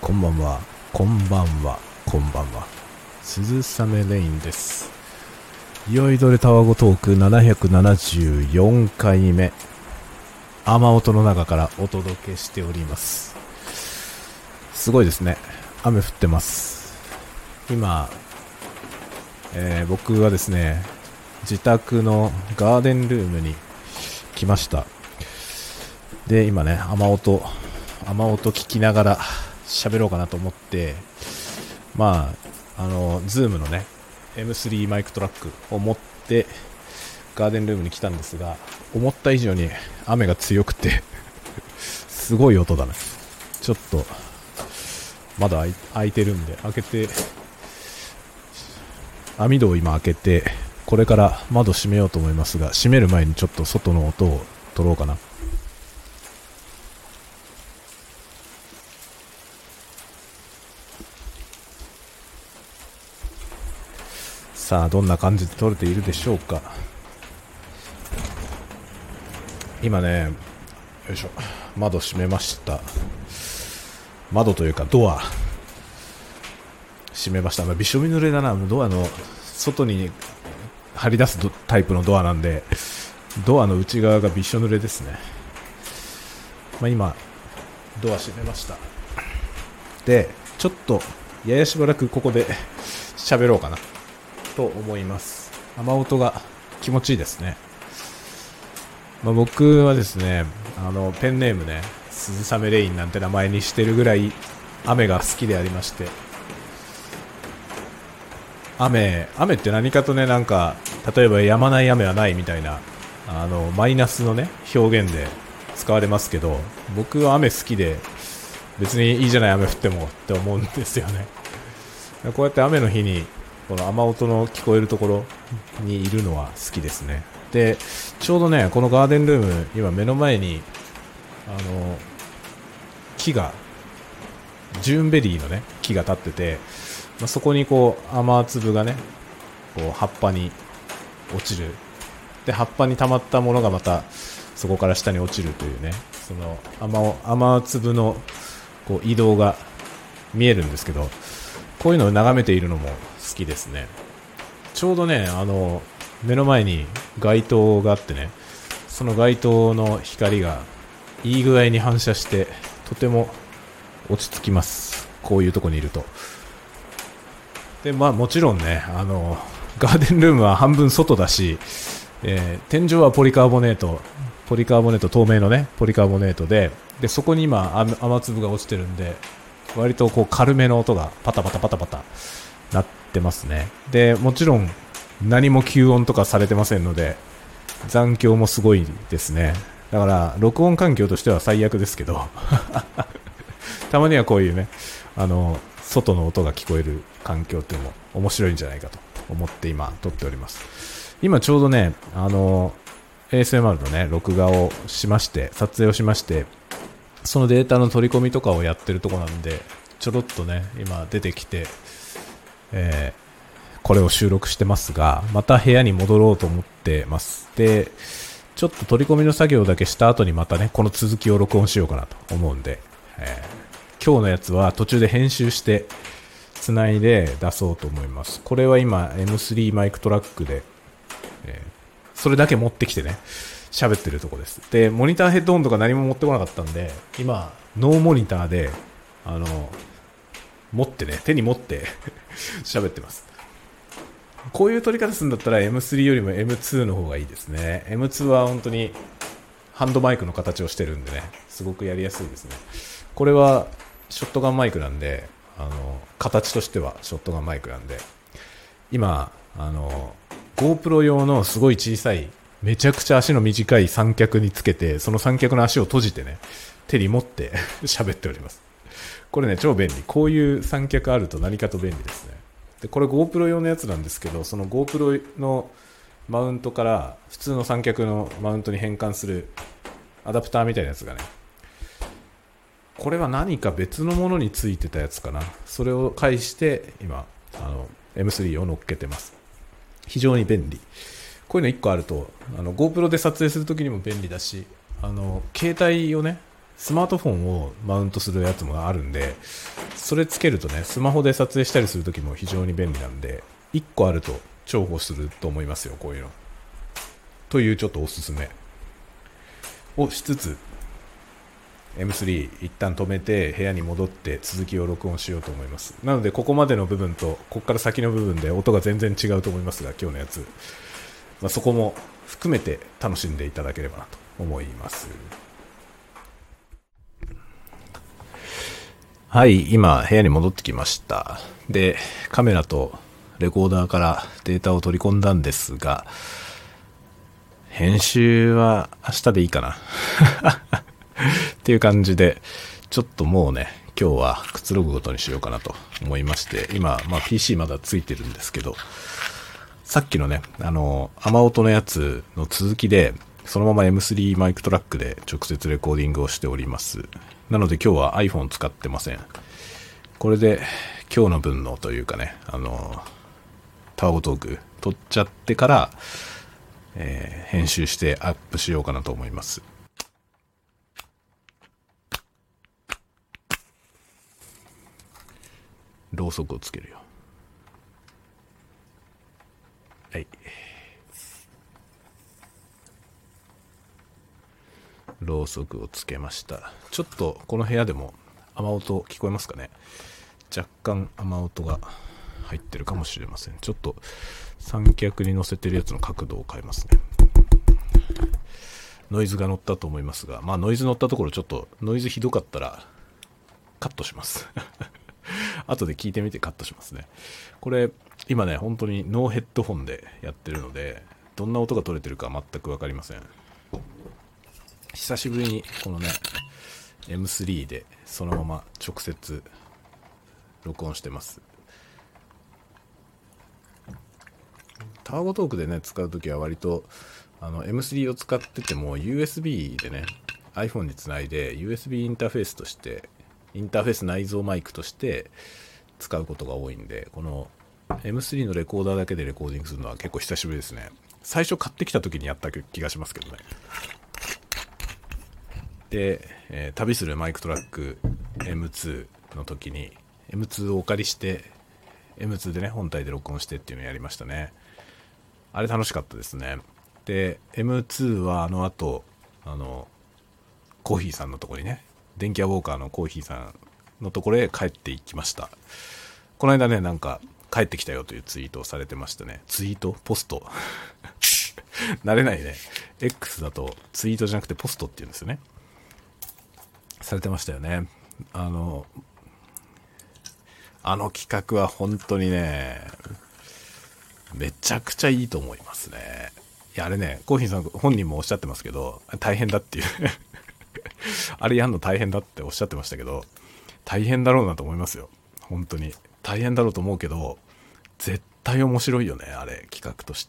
こんばんは、こんばんは、こんばんは。鈴雨レインです。酔いどれたわごトーク774回目。雨音の中からお届けしております。すごいですね。雨降ってます。今、僕はですね、自宅のガーデンルームに来ました。で、今ね、雨音聞きながら喋ろうかなと思って、ズームのね M3 マイクトラックを持ってガーデンルームに来たんですが、思った以上に雨が強くてすごい音だね。ちょっと窓開いてるんで、開けて、網戸を今開けて、これから窓閉めようと思いますが、閉める前にちょっと外の音を取ろうかな。さあ、どんな感じで撮れているでしょうか。今ね、よいしょ、窓閉めました。窓というかドア閉めました。びしょ濡れだな。ドアの外に張り出すタイプのドアなんで、ドアの内側がびしょ濡れですね。今ドア閉めました。で、ちょっとややしばらくここで喋ろうかなと思います。雨音が気持ちいいですね。僕はですね、ペンネームね、鈴雨レインなんて名前にしてるぐらい雨が好きでありまして、雨って何かとね、なんか例えば止まない雨はないみたいなマイナスのね表現で使われますけど、僕は雨好きで、別にいいじゃない雨降ってもって思うんですよね。こうやって雨の日にこの雨音の聞こえるところにいるのは好きですね。で、ちょうどね、このガーデンルーム、今目の前に木が、ジューンベリーのね木が立ってて、そこにこう雨粒がね、こう葉っぱに落ちる。で、葉っぱに溜まったものがまたそこから下に落ちるというね、その雨粒のこう移動が見えるんですけど、こういうのを眺めているのも好きですね。ちょうどね、目の前に街灯があってね、その街灯の光がいい具合に反射してとても落ち着きます。こういうとこにいると。で、もちろんね、ガーデンルームは半分外だし、天井はポリカーボネート透明のねポリカーボネートで、そこに今雨粒が落ちてるんで、割とこう軽めの音がパタパタパタパタなってますね。で、もちろん何も吸音とかされてませんので、残響もすごいですね。だから録音環境としては最悪ですけどたまにはこういうね、外の音が聞こえる環境っていうのも面白いんじゃないかと思って今撮っております。今ちょうどね、ASMR のね録画をしまして、撮影をしまして、そのデータの取り込みとかをやってるところなんで、ちょろっとね今出てきて、これを収録してますが、また部屋に戻ろうと思ってます。で、ちょっと取り込みの作業だけした後にまたねこの続きを録音しようかなと思うんで、今日のやつは途中で編集してつないで出そうと思います。これは今 M3 マイクトラックで、それだけ持ってきてね喋ってるとこです。で、モニターヘッドホンとか何も持ってこなかったんで、今ノーモニターで持ってね、手に持って喋ってます。こういう撮り方するんだったら M3 よりも M2 の方がいいですね。M2 は本当にハンドマイクの形をしてるんでね、すごくやりやすいですね。これはショットガンマイクなんで、形としてはショットガンマイクなんで、今GoPro 用のすごい小さい、めちゃくちゃ足の短い三脚につけて、その三脚の足を閉じてね手に持って喋っております。これね超便利。こういう三脚あると何かと便利ですね。で、これ GoPro 用のやつなんですけど、その GoPro のマウントから普通の三脚のマウントに変換するアダプターみたいなやつがね、これは何か別のものについてたやつかな。それを介して今M3 を乗っけてます。非常に便利。こういうの1個あるとGoPro で撮影するときにも便利だし、携帯をね、スマートフォンをマウントするやつもあるんで、 それつけるとね、スマホで撮影したりするときも非常に便利なんで、1個あると重宝すると思いますよ、こういうの。というちょっとおすすめをしつつ、M3 一旦止めて部屋に戻って続きを録音しようと思います。なのでここまでの部分とここから先の部分で音が全然違うと思いますが、今日のやつ、そこも含めて楽しんでいただければなと思います。はい、今部屋に戻ってきました。で、カメラとレコーダーからデータを取り込んだんですが、編集は明日でいいかなっていう感じで、ちょっともうね、今日はくつろぐことにしようかなと思いまして、今、PC まだついてるんですけど、さっきのね、雨音のやつの続きで、そのまま M3 マイクトラックで直接レコーディングをしております。なので今日は iPhone 使ってません。これで今日の分のというかね、タワゴトーク撮っちゃってから、編集してアップしようかなと思います。ろうそくをつけるよ。はい。ろうそくをつけました。ちょっとこの部屋でも雨音聞こえますかね。若干雨音が入ってるかもしれません。ちょっと三脚に乗せてるやつの角度を変えますね。ノイズが乗ったと思いますが、ノイズ乗ったところちょっとノイズひどかったらカットします後で聞いてみてカットしますね。これ今ね、本当にノーヘッドホンでやってるので、どんな音が取れてるか全く分かりません。久しぶりにこのね M3 でそのまま直接録音してます。タワゴトークでね使うときは割とM3 を使ってても USB でね iPhone につないで USB インターフェースとしてインターフェース内蔵マイクとして使うことが多いんで、この M3 のレコーダーだけでレコーディングするのは結構久しぶりですね。最初買ってきた時にやった気がしますけどね。で、旅するマイクトラック M2 の時に M2 をお借りして M2 でね本体で録音してっていうのをやりましたね。あれ楽しかったですね。で M2 は後コーヒーさんのところにね、電気屋ウォーカーのコーヒーさんのところへ帰っていきました。この間ね、なんか帰ってきたよというツイートをされてましたね。ツイートポスト慣れないね。 X だとツイートじゃなくてポストって言うんですよね。されてましたよね。あの企画は本当にね、めちゃくちゃいいと思いますね。いや、あれね、コーヒーさん本人もおっしゃってますけど、大変だっていうあれやんの大変だっておっしゃってましたけど、大変だろうなと思いますよ。本当に大変だろうと思うけど、絶対面白いよね、あれ企画として。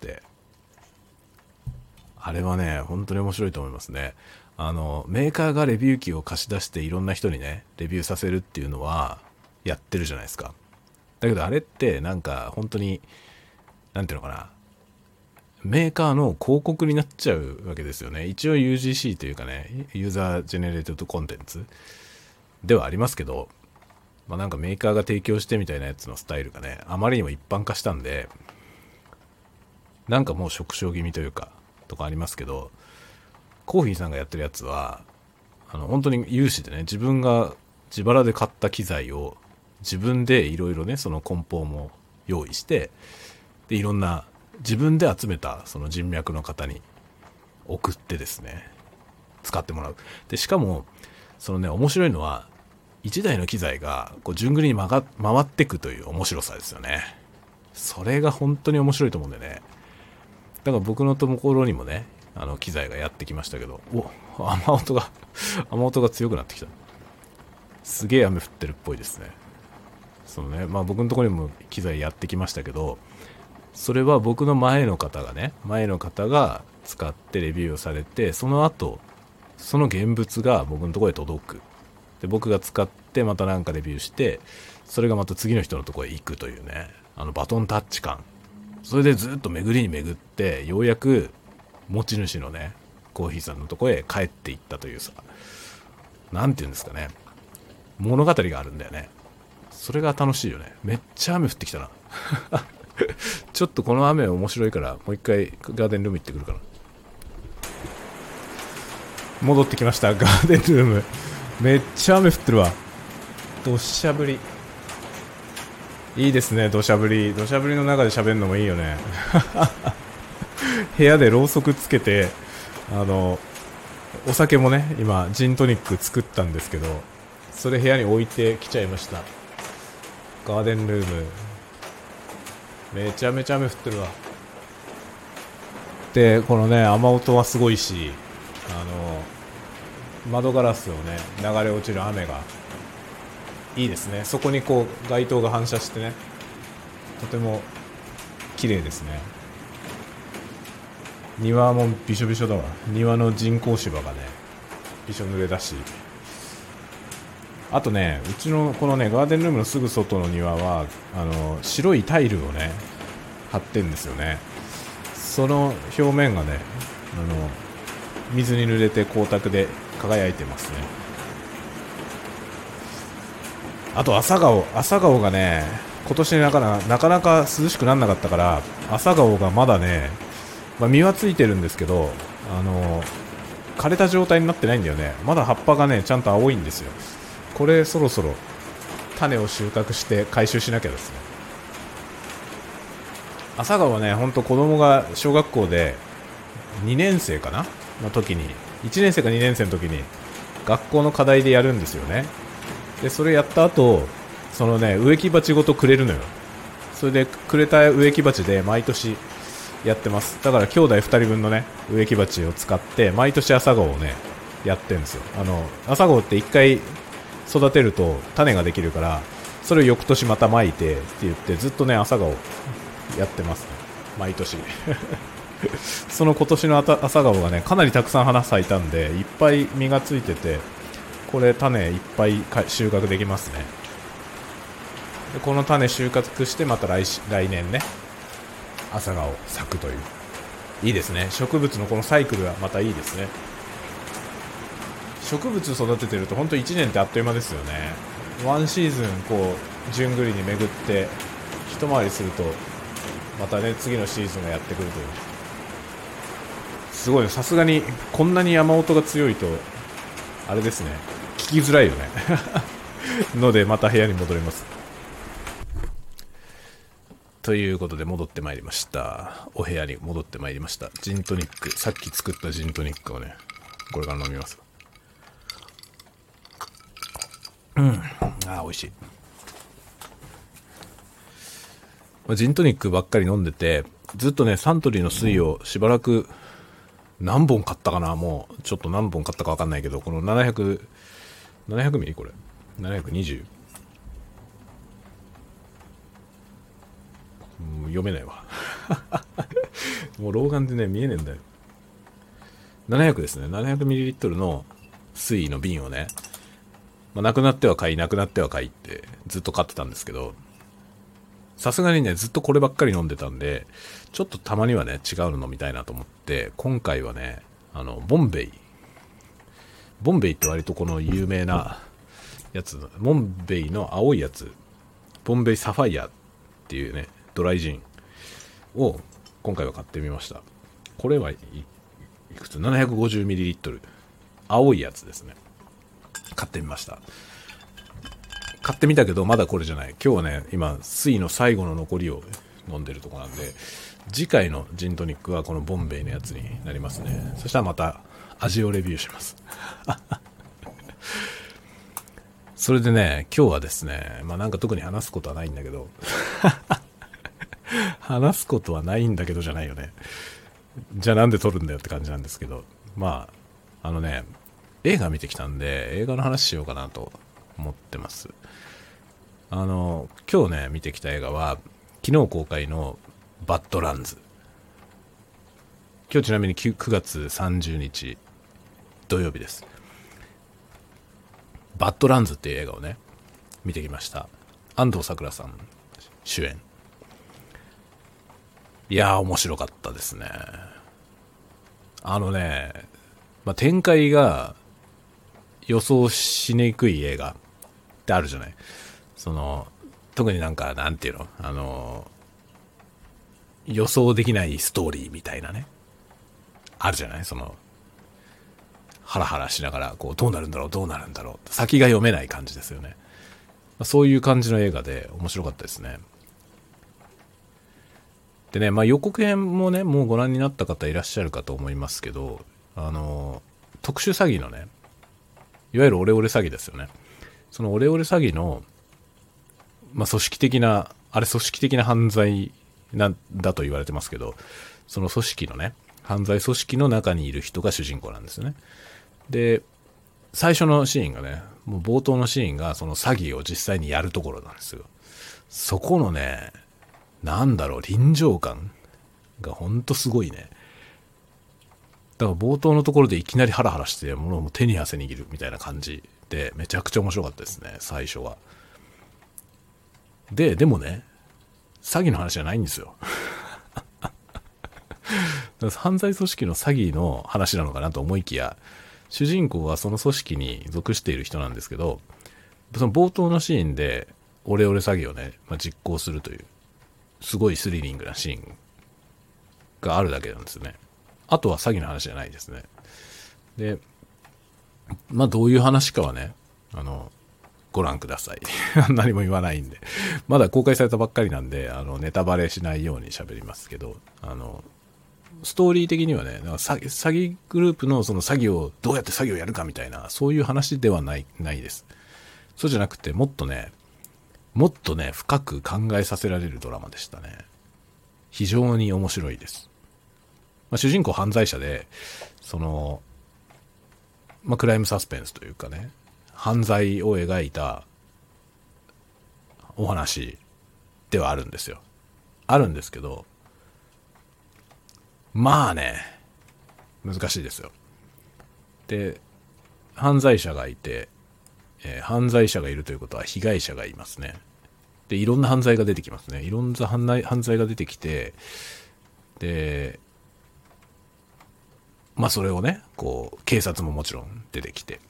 あれはね、本当に面白いと思いますね。メーカーがレビュー機を貸し出していろんな人にねレビューさせるっていうのはやってるじゃないですか。だけどあれってなんか本当になんていうのかな、メーカーの広告になっちゃうわけですよね。一応 UGC というかね、ユーザージェネレーテッドコンテンツではありますけど、なんかメーカーが提供してみたいなやつのスタイルがね、あまりにも一般化したんで、なんかもう縮小気味というかとかありますけど、コーヒーさんがやってるやつは本当に有志でね、自分が自腹で買った機材を自分でいろいろね、その梱包も用意して、でいろんな自分で集めたその人脈の方に送ってですね、使ってもらう。でしかもそのね、面白いのは1台の機材がこう順繰りに回ってくという面白さですよね。それが本当に面白いと思うんでね。だから僕のところにもね、機材がやってきましたけど、雨音が強くなってきた。すげえ雨降ってるっぽいですね。そのね、僕のところにも機材やってきましたけど、それは僕の前の方が使ってレビューをされて、その後その現物が僕のところへ届く。で僕が使ってまたなんかレビューして、それがまた次の人のところへ行くというね、バトンタッチ感。それでずっと巡りに巡って、ようやく持ち主のねコーヒーさんのところへ帰っていったというさ、なんていうんですかね、物語があるんだよね。 それが楽しいよね。めっちゃ雨降ってきたな。ちょっとこの雨面白いから、もう一回ガーデンルーム行ってくるかな。戻ってきました、ガーデンルーム。めっちゃ雨降ってるわ。土砂降り。いいですね、土砂降り。土砂降りの中で喋るのもいいよね。部屋でろうそくつけて、お酒もね、今ジントニック作ったんですけど、それ部屋に置いてきちゃいました。ガーデンルームめちゃめちゃ雨降ってるわ。でこのね雨音はすごいし、窓ガラスをね流れ落ちる雨がいいですね。そこにこう街灯が反射してね、とても綺麗ですね。庭もびしょびしょだわ。庭の人工芝がねびしょ濡れだし、あとね、うちのこのねガーデンルームのすぐ外の庭は白いタイルをね貼ってんですよね。その表面がね水に濡れて光沢で輝いてますね。あと朝顔がね今年なかなか涼しくならなかったから、朝顔がまだね、実はついてるんですけど枯れた状態になってないんだよね。まだ葉っぱがねちゃんと青いんですよ。これそろそろ種を収穫して回収しなきゃですね。朝顔はね、ほんと子供が小学校で2年生かなの時に、1年生か2年生の時に学校の課題でやるんですよね。でそれやった後、そのね植木鉢ごとくれるのよ。それでくれた植木鉢で毎年やってます。だから兄弟2人分のね植木鉢を使って毎年朝顔をねやってるんですよ。朝顔って1回育てると種ができるから、それを翌年また撒いてって言ってずっとね朝顔やってますね、毎年。その今年の朝顔がねかなりたくさん花咲いたんで、いっぱい実がついてて、これ種いっぱい収穫できますね。でこの種収穫してまた来年ね朝顔咲くという、いいですね。植物のこのサイクルはまたいいですね。植物育ててると本当1年ってあっという間ですよね。ワンシーズンこう順繰りに巡って一回りするとまたね次のシーズンがやってくるという、すごい。さすがにこんなに雨音が強いとあれですね、聞きづらいよね。のでまた部屋に戻ります。ということで戻ってまいりました。お部屋に戻ってまいりました。ジントニック、さっき作ったジントニックをねこれから飲みます。美味しい。ジントニックばっかり飲んでて、ずっとねサントリーの水をしばらく何本買ったかな、もうちょっと何本買ったか分かんないけど、この700ミリ、これ720、読めないわ。もう老眼でね見えねえんだよ。700ですね。700ミリリットルの水の瓶をね、なくなっては買いなくなっては買いってずっと買ってたんですけど、さすがにねずっとこればっかり飲んでたんで、ちょっとたまにはね違うの飲みたいなと思って、今回はねボンベイって割とこの有名なやつ、ボンベイの青いやつ、ボンベイサファイアっていうねドライジンを今回は買ってみました。これはいくつ 750ml 青いやつですね。買ってみました。買ってみたけどまだこれじゃない。今日はね今水の最後の残りを飲んでるとこなんで、次回のジントニックはこのボンベイのやつになりますね。そしたらまた味をレビューします。それでね今日はですね、なんか特に話すことはないんだけど話すことはないんだけどじゃないよね。じゃあなんで撮るんだよって感じなんですけど、映画見てきたんで映画の話しようかなと思ってます。今日ね見てきた映画は昨日公開のバッドランズ。今日ちなみに9月30日土曜日です。バッドランズっていう映画をね見てきました。安藤サクラさん主演。いやー面白かったですね。展開が予想しにくい映画ってあるじゃない。 特になんていうの、予想できないストーリーみたいなね、あるじゃない。ハラハラしながら、どうなるんだろう、先が読めない感じですよね。そういう感じの映画で面白かったですね。でね、予告編もね、もうご覧になった方いらっしゃるかと思いますけど、特殊詐欺のね、いわゆるオレオレ詐欺ですよね。そのオレオレ詐欺の、組織的な犯罪なんだと言われてますけど、その組織のね、犯罪組織の中にいる人が主人公なんですよね。で、最初のシーンがね、もう冒頭のシーンがその詐欺を実際にやるところなんですよ。そこのね、臨場感がほんとすごいね。だから冒頭のところでいきなりハラハラして、もう手に汗握るみたいな感じで、めちゃくちゃ面白かったですね、最初は。でもね、詐欺の話じゃないんですよ。犯罪組織の詐欺の話なのかなと思いきや、主人公はその組織に属している人なんですけど、その冒頭のシーンでオレオレ詐欺をね、実行するという、すごいスリリングなシーンがあるだけなんですよね。あとは詐欺の話じゃないですね。で、どういう話かはね、ご覧ください。何も言わないんで。まだ公開されたばっかりなんで、ネタバレしないように喋りますけど、ストーリー的にはね、詐欺グループのそのどうやって詐欺をやるかみたいな、そういう話ではないです。そうじゃなくて、もっとね、深く考えさせられるドラマでしたね。非常に面白いです。主人公犯罪者で、クライムサスペンスというかね、犯罪を描いたお話ではあるんですよ。あるんですけど、難しいですよ。で、犯罪者がいて、犯罪者がいるということは被害者がいますね。で、いろんな犯罪が出てきますね。いろんな犯罪が出てきて、で、それをね、警察ももちろん出てきて。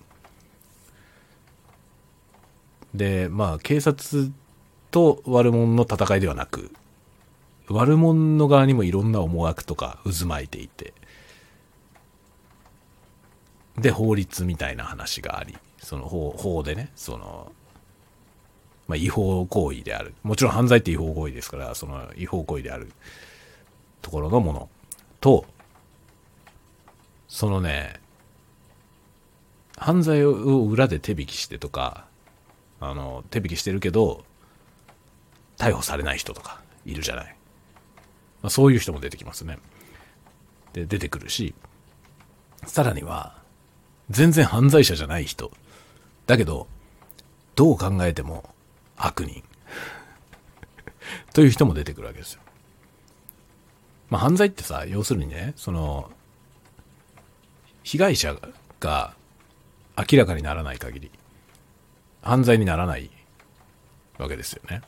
で、警察と悪者の戦いではなく、悪者の側にもいろんな思惑とか渦巻いていて、で、法律みたいな話があり、その法でね、違法行為である。もちろん犯罪って違法行為ですから、その違法行為であるところのものと、犯罪を裏で手引きしてとか、手引きしてるけど、逮捕されない人とかいるじゃない。そういう人も出てきますね。で、出てくるし、さらには、全然犯罪者じゃない人。だけど、どう考えても悪人。という人も出てくるわけですよ。犯罪ってさ、要するにね、被害者が明らかにならない限り、犯罪にならないわけですよね。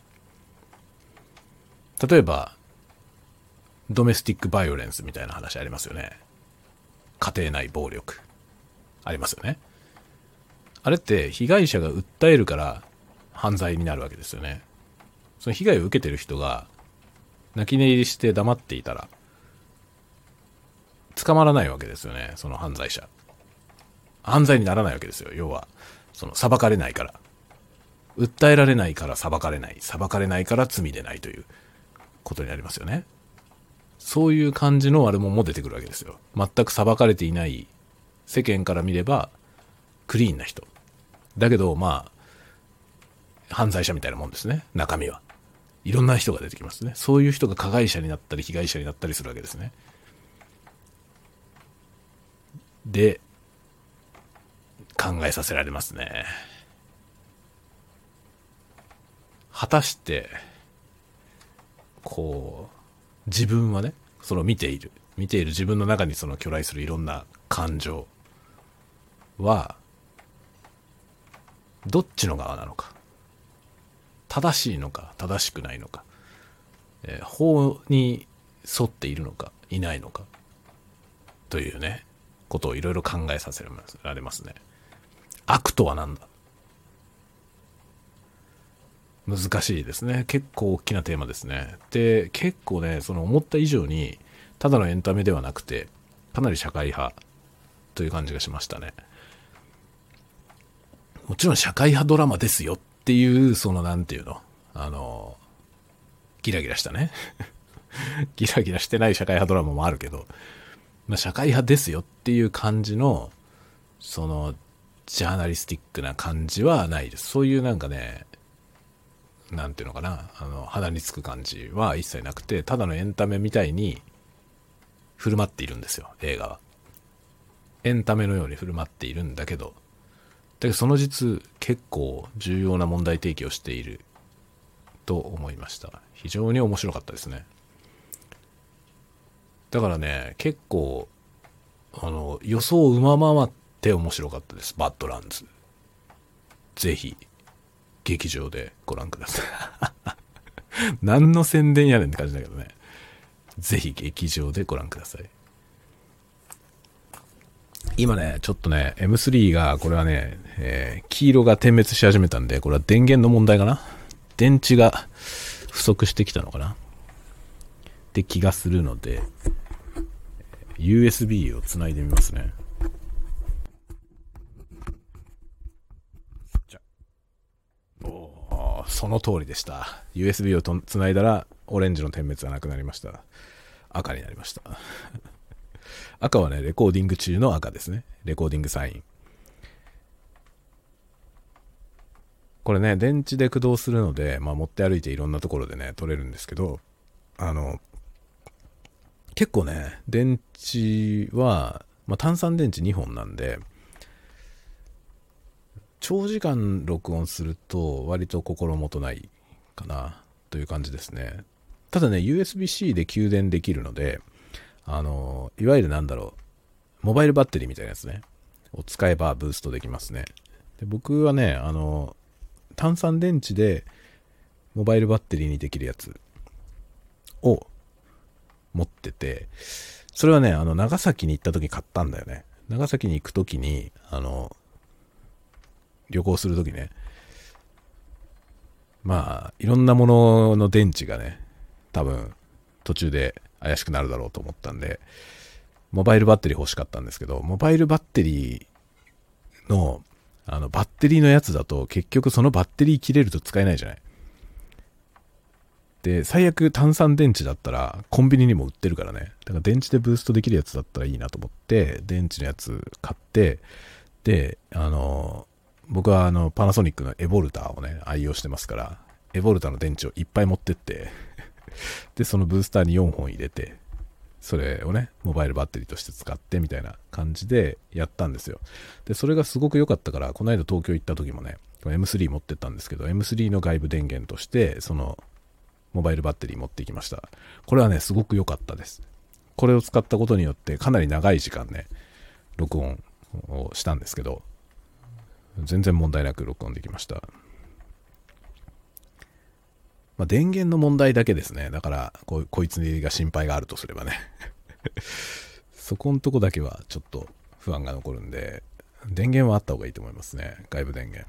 例えば、ドメスティックバイオレンスみたいな話ありますよね。家庭内暴力。ありますよね。あれって被害者が訴えるから犯罪になるわけですよね。その被害を受けてる人が泣き寝入りして黙っていたら捕まらないわけですよね。その犯罪者。犯罪にならないわけですよ。要は、裁かれないから。訴えられないから裁かれない。裁かれないから罪でないということになりますよね。そういう感じの悪者も出てくるわけですよ。全く裁かれていない、世間から見ればクリーンな人。だけど、犯罪者みたいなもんですね。中身は。いろんな人が出てきますね。そういう人が加害者になったり被害者になったりするわけですね。で、考えさせられますね。果たして、自分はね、見ている自分の中に巨来するいろんな感情は、どっちの側なのか。正しいのか、正しくないのか。法に沿っているのか、いないのか。というね、ことをいろいろ考えさせられますね。悪とは何だ。 難しいですね。結構大きなテーマですね。で、結構ね、その思った以上に、ただのエンタメではなくて、かなり社会派という感じがしましたね。もちろん社会派ドラマですよっていう、そのなんていうの、ギラギラしたね。ギラギラしてない社会派ドラマもあるけど、まあ、社会派ですよっていう感じの、その、ジャーナリスティックな感じはないです。そういうなんかね、なんていうのかな、肌につく感じは一切なくて、ただのエンタメみたいに振る舞っているんですよ、映画は。エンタメのように振る舞っているんだけど、だけどその実、結構重要な問題提起をしていると思いました。非常に面白かったですね。だからね、結構、予想を上回って面白かったです、バッドランズ。ぜひ、劇場でご覧ください。何の宣伝やねんって感じだけどね。ぜひ劇場でご覧ください。今ね、ちょっとね、M3 が、これはね、黄色が点滅し始めたんで、これは電源の問題かな。電池が不足してきたのかなって気がするので、USB をつないでみますね。じゃその通りでした。USB をつないだらオレンジの点滅はなくなりました。赤になりました。赤はね、レコーディング中の赤ですね。レコーディングサイン。これね、電池で駆動するので、まあ、持って歩いていろんなところでね、撮れるんですけど、結構ね、電池は、まあ、単三電池2本なんで、長時間録音すると割と心もとないかなという感じですね。ただね、USB-C で給電できるので、いわゆるなんだろう、モバイルバッテリーみたいなやつね、を使えばブーストできますね。で、僕はね、単三電池でモバイルバッテリーにできるやつを持ってて、それはね、長崎に行った時買ったんだよね。長崎に行く時に、旅行する時ね、まあ、いろんなものの電池がね、多分、途中で怪しくなるだろうと思ったんで、モバイルバッテリー欲しかったんですけど、モバイルバッテリーの、バッテリーのやつだと、結局そのバッテリー切れると使えないじゃない。で、最悪単三電池だったらコンビニにも売ってるからね。だから電池でブーストできるやつだったらいいなと思って、電池のやつ買って、で、僕はパナソニックのエボルタをね、愛用してますから、エボルタの電池をいっぱい持ってって、で、そのブースターに4本入れて、それをね、モバイルバッテリーとして使ってみたいな感じでやったんですよ。で、それがすごく良かったから、この間東京行った時もね、M3 持ってったんですけど、M3 の外部電源として、その、モバイルバッテリー持ってきました。これはね、すごく良かったです。これを使ったことによって、かなり長い時間ね、録音をしたんですけど、全然問題なく録音できました。まあ、電源の問題だけですね。だからこいつが心配があるとすればねそこんとこだけはちょっと不安が残るんで、電源はあった方がいいと思いますね。外部電源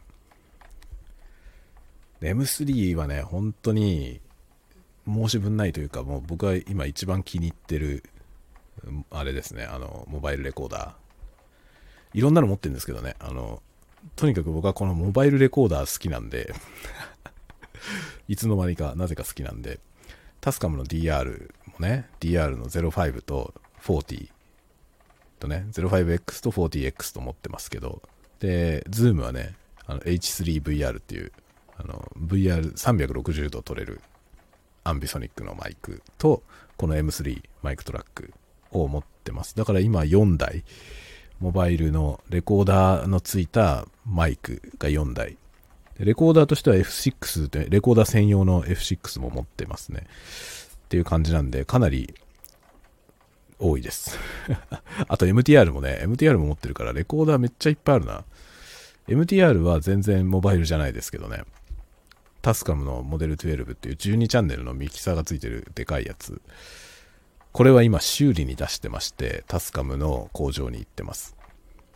で M3 はね、本当に申し分ないというか、もう僕は今一番気に入ってるあれですね、モバイルレコーダー、いろんなの持ってるんですけどね、とにかく僕はこのモバイルレコーダー好きなんでいつの間にかなぜか好きなんで、タスカムの DR もね、DR の05と40とね、05X と 40X と持ってますけど、で、ズームはね、H3VR っていう、VR360 度撮れるアンビソニックのマイクと、この M3 マイクトラックを持ってます。だから今4台、モバイルのレコーダーのついたマイクが4台。レコーダーとしては F6 で、レコーダー専用の F6 も持ってますね。っていう感じなんで、かなり多いです。あと MTR もね、MTR も持ってるからレコーダーめっちゃいっぱいあるな。MTR は全然モバイルじゃないですけどね。タスカムのモデル12っていう12チャンネルのミキサーがついてるでかいやつ。これは今修理に出してまして、タスカムの工場に行ってます。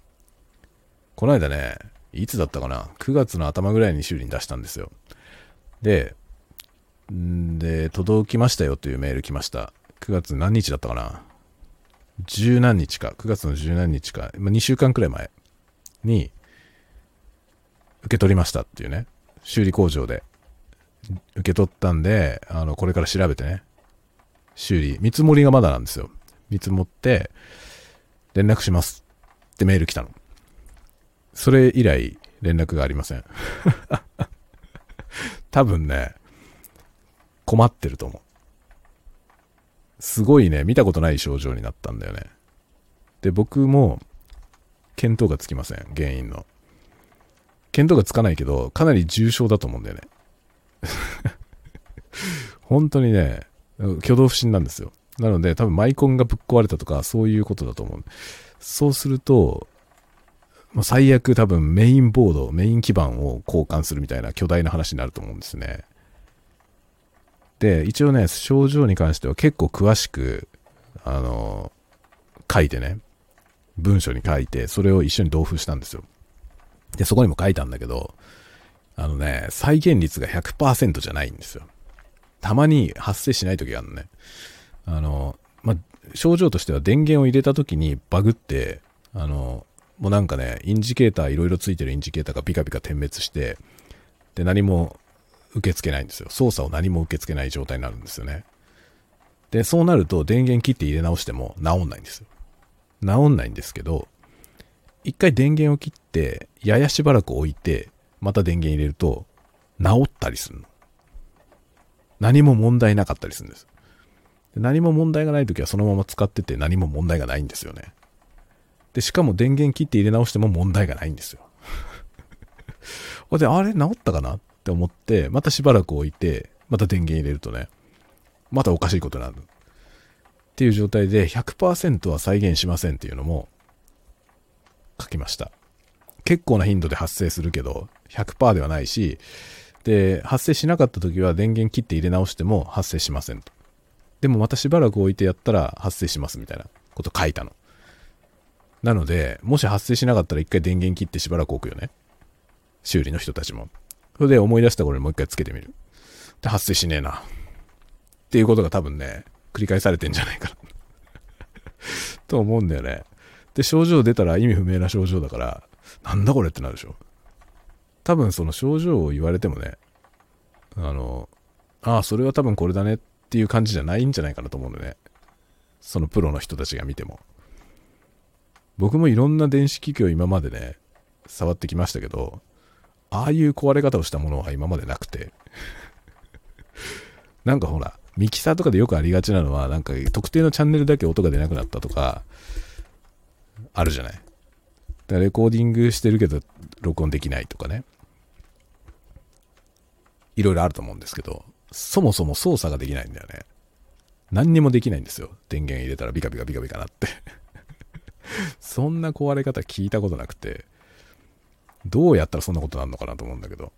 この間ね、いつだったかな ?9 月の頭ぐらいに修理に出したんですよ。 で、届きましたよというメール来ました。9月何日だったかな、十何日か、9月の十何日か、2週間くらい前に受け取りましたっていうね、修理工場で受け取ったんで、これから調べてね、修理、見積もりがまだなんですよ。見積もって連絡しますってメール来たの。それ以来連絡がありません。多分ね、困ってると思う。すごいね、見たことない症状になったんだよね。で、僕も見当がつきません、原因の。見当がつかないけど、かなり重症だと思うんだよね。本当にね、挙動不審なんですよ。なので、多分マイコンがぶっ壊れたとか、そういうことだと思う。そうすると、最悪多分メインボード、メイン基板を交換するみたいな巨大な話になると思うんですね。で、一応ね、症状に関しては結構詳しく、書いてね、文章に書いて、それを一緒に同封したんですよ。で、そこにも書いたんだけど、再現率が 100% じゃないんですよ。たまに発生しない時があるのね。症状としては電源を入れた時にバグって、もうなんかね、インジケーター、いろいろついてるインジケーターがビカビカ点滅して、で、何も受け付けないんですよ。操作を何も受け付けない状態になるんですよね。で、そうなると電源切って入れ直しても治んないんですよ。治んないんですけど、一回電源を切って、ややしばらく置いて、また電源入れると、治ったりするの。何も問題なかったりするんです。で、何も問題がないときはそのまま使ってて何も問題がないんですよね。で、しかも電源切って入れ直しても問題がないんですよ。で、あれ治ったかなって思って、またしばらく置いて、また電源入れるとね、またおかしいことになる。っていう状態で 100% は再現しませんっていうのも書きました。結構な頻度で発生するけど、100% ではないし、で、発生しなかった時は電源切って入れ直しても発生しませんと。でもまたしばらく置いてやったら発生しますみたいなこと書いたの。なので、もし発生しなかったら一回電源切ってしばらく置くよね。修理の人たちも。それで思い出した頃にもう一回つけてみる。で、発生しねえな。っていうことが多分ね、繰り返されてんじゃないかな。と思うんだよね。で、症状出たら意味不明な症状だから、なんだこれってなるでしょ。多分その症状を言われてもね、それは多分これだねっていう感じじゃないんじゃないかなと思うんだよね。そのプロの人たちが見ても。僕もいろんな電子機器を今までね、触ってきましたけど、ああいう壊れ方をしたものは今までなくて。なんかほら、ミキサーとかでよくありがちなのは、なんか特定のチャンネルだけ音が出なくなったとか、あるじゃない。だからレコーディングしてるけど、録音できないとかね。いろいろあると思うんですけど、そもそも操作ができないんだよね。何にもできないんですよ。電源入れたらビカビカビカビカなって。そんな壊れ方聞いたことなくて、どうやったらそんなことになるのかなと思うんだけど。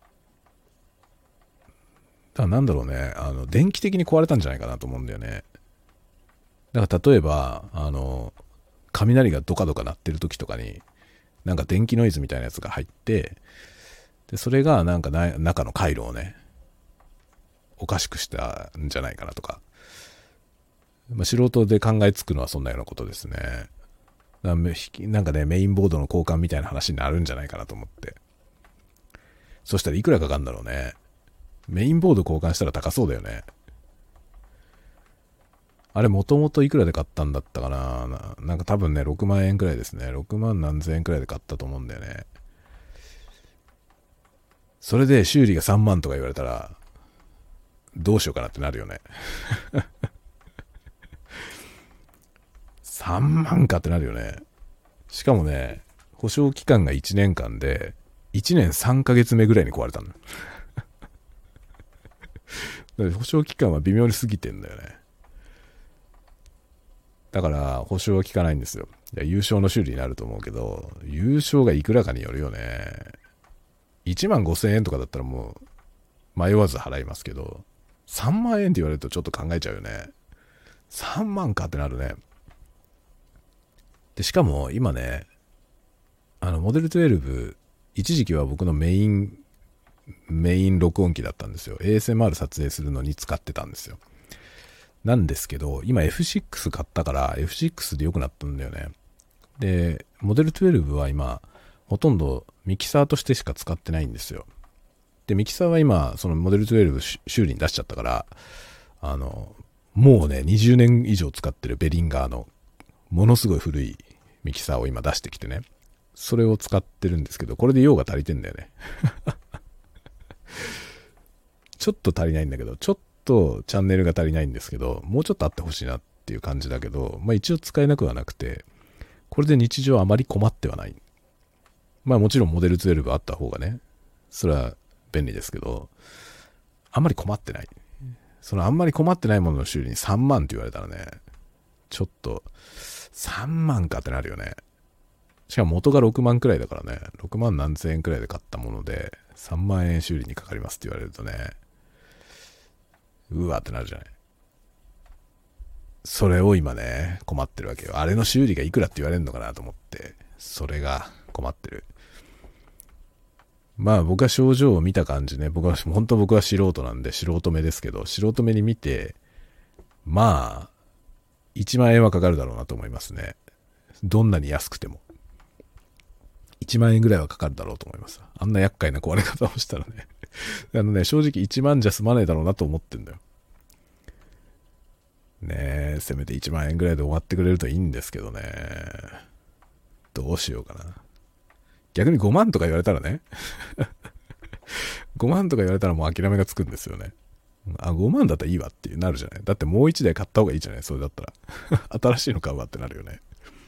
だからなんだろうね、電気的に壊れたんじゃないかなと思うんだよね。だから例えば、雷がドカドカ鳴ってる時とかに、なんか電気ノイズみたいなやつが入って、で、それがなんか中の回路をね、おかしくしたんじゃないかなとか。素人で考えつくのはそんなようなことですね。なんかね、メインボードの交換みたいな話になるんじゃないかなと思って。そしたらいくらかかるんだろうね。メインボード交換したら高そうだよね。あれもともといくらで買ったんだったかな。なんか多分ね、6万円くらいですね。6万何千円くらいで買ったと思うんだよね。それで修理が3万とか言われたら、どうしようかなってなるよね。3万かってなるよね。しかもね、保証期間が1年間で、1年3ヶ月目ぐらいに壊れたの。保証期間は微妙に過ぎてんだよね。だから保証は効かないんですよ。いや、優勝の修理になると思うけど、優勝がいくらかによるよね。1万5千円とかだったらもう迷わず払いますけど、3万円って言われるとちょっと考えちゃうよね。3万かってなるね。で、しかも今ね、モデル12、一時期は僕のメインメイン録音機だったんですよ。ASMR 撮影するのに使ってたんですよ。なんですけど、今 F6 買ったから F6 で良くなったんだよね。で、モデル12は今、ほとんどミキサーとしてしか使ってないんですよ。で、ミキサーは今、そのモデル12修理に出しちゃったから、もうね、20年以上使ってるベリンガーの、ものすごい古いミキサーを今出してきてね。それを使ってるんですけど、これで用が足りてんだよね。ちょっと足りないんだけど、ちょっとチャンネルが足りないんですけど、もうちょっとあってほしいなっていう感じだけど、まあ一応使えなくはなくて、これで日常あまり困ってはない。まあもちろんモデル12あった方がね、それは便利ですけど、あんまり困ってない。あんまり困ってないものの修理に3万って言われたらね、ちょっと、3万かってなるよね。しかも元が6万くらいだからね、6万何千円くらいで買ったもので、3万円修理にかかりますって言われるとね、うわってなるじゃない。それを今ね、困ってるわけよ。あれの修理がいくらって言われるのかなと思って、それが困ってる。まあ僕は症状を見た感じね、本当僕は素人なんで素人目ですけど、素人目に見て、まあ、1万円はかかるだろうなと思いますね。どんなに安くても。1万円ぐらいはかかるだろうと思います。あんな厄介な壊れ方をしたらね。正直1万じゃ済まないだろうなと思ってんだよ。ねえ、せめて1万円ぐらいで終わってくれるといいんですけどね。どうしようかな。逆に5万とか言われたらね。5万とか言われたらもう諦めがつくんですよね。あ、5万だったらいいわってなるじゃない。だってもう1台買った方がいいじゃない。それだったら。新しいの買うわってなるよね。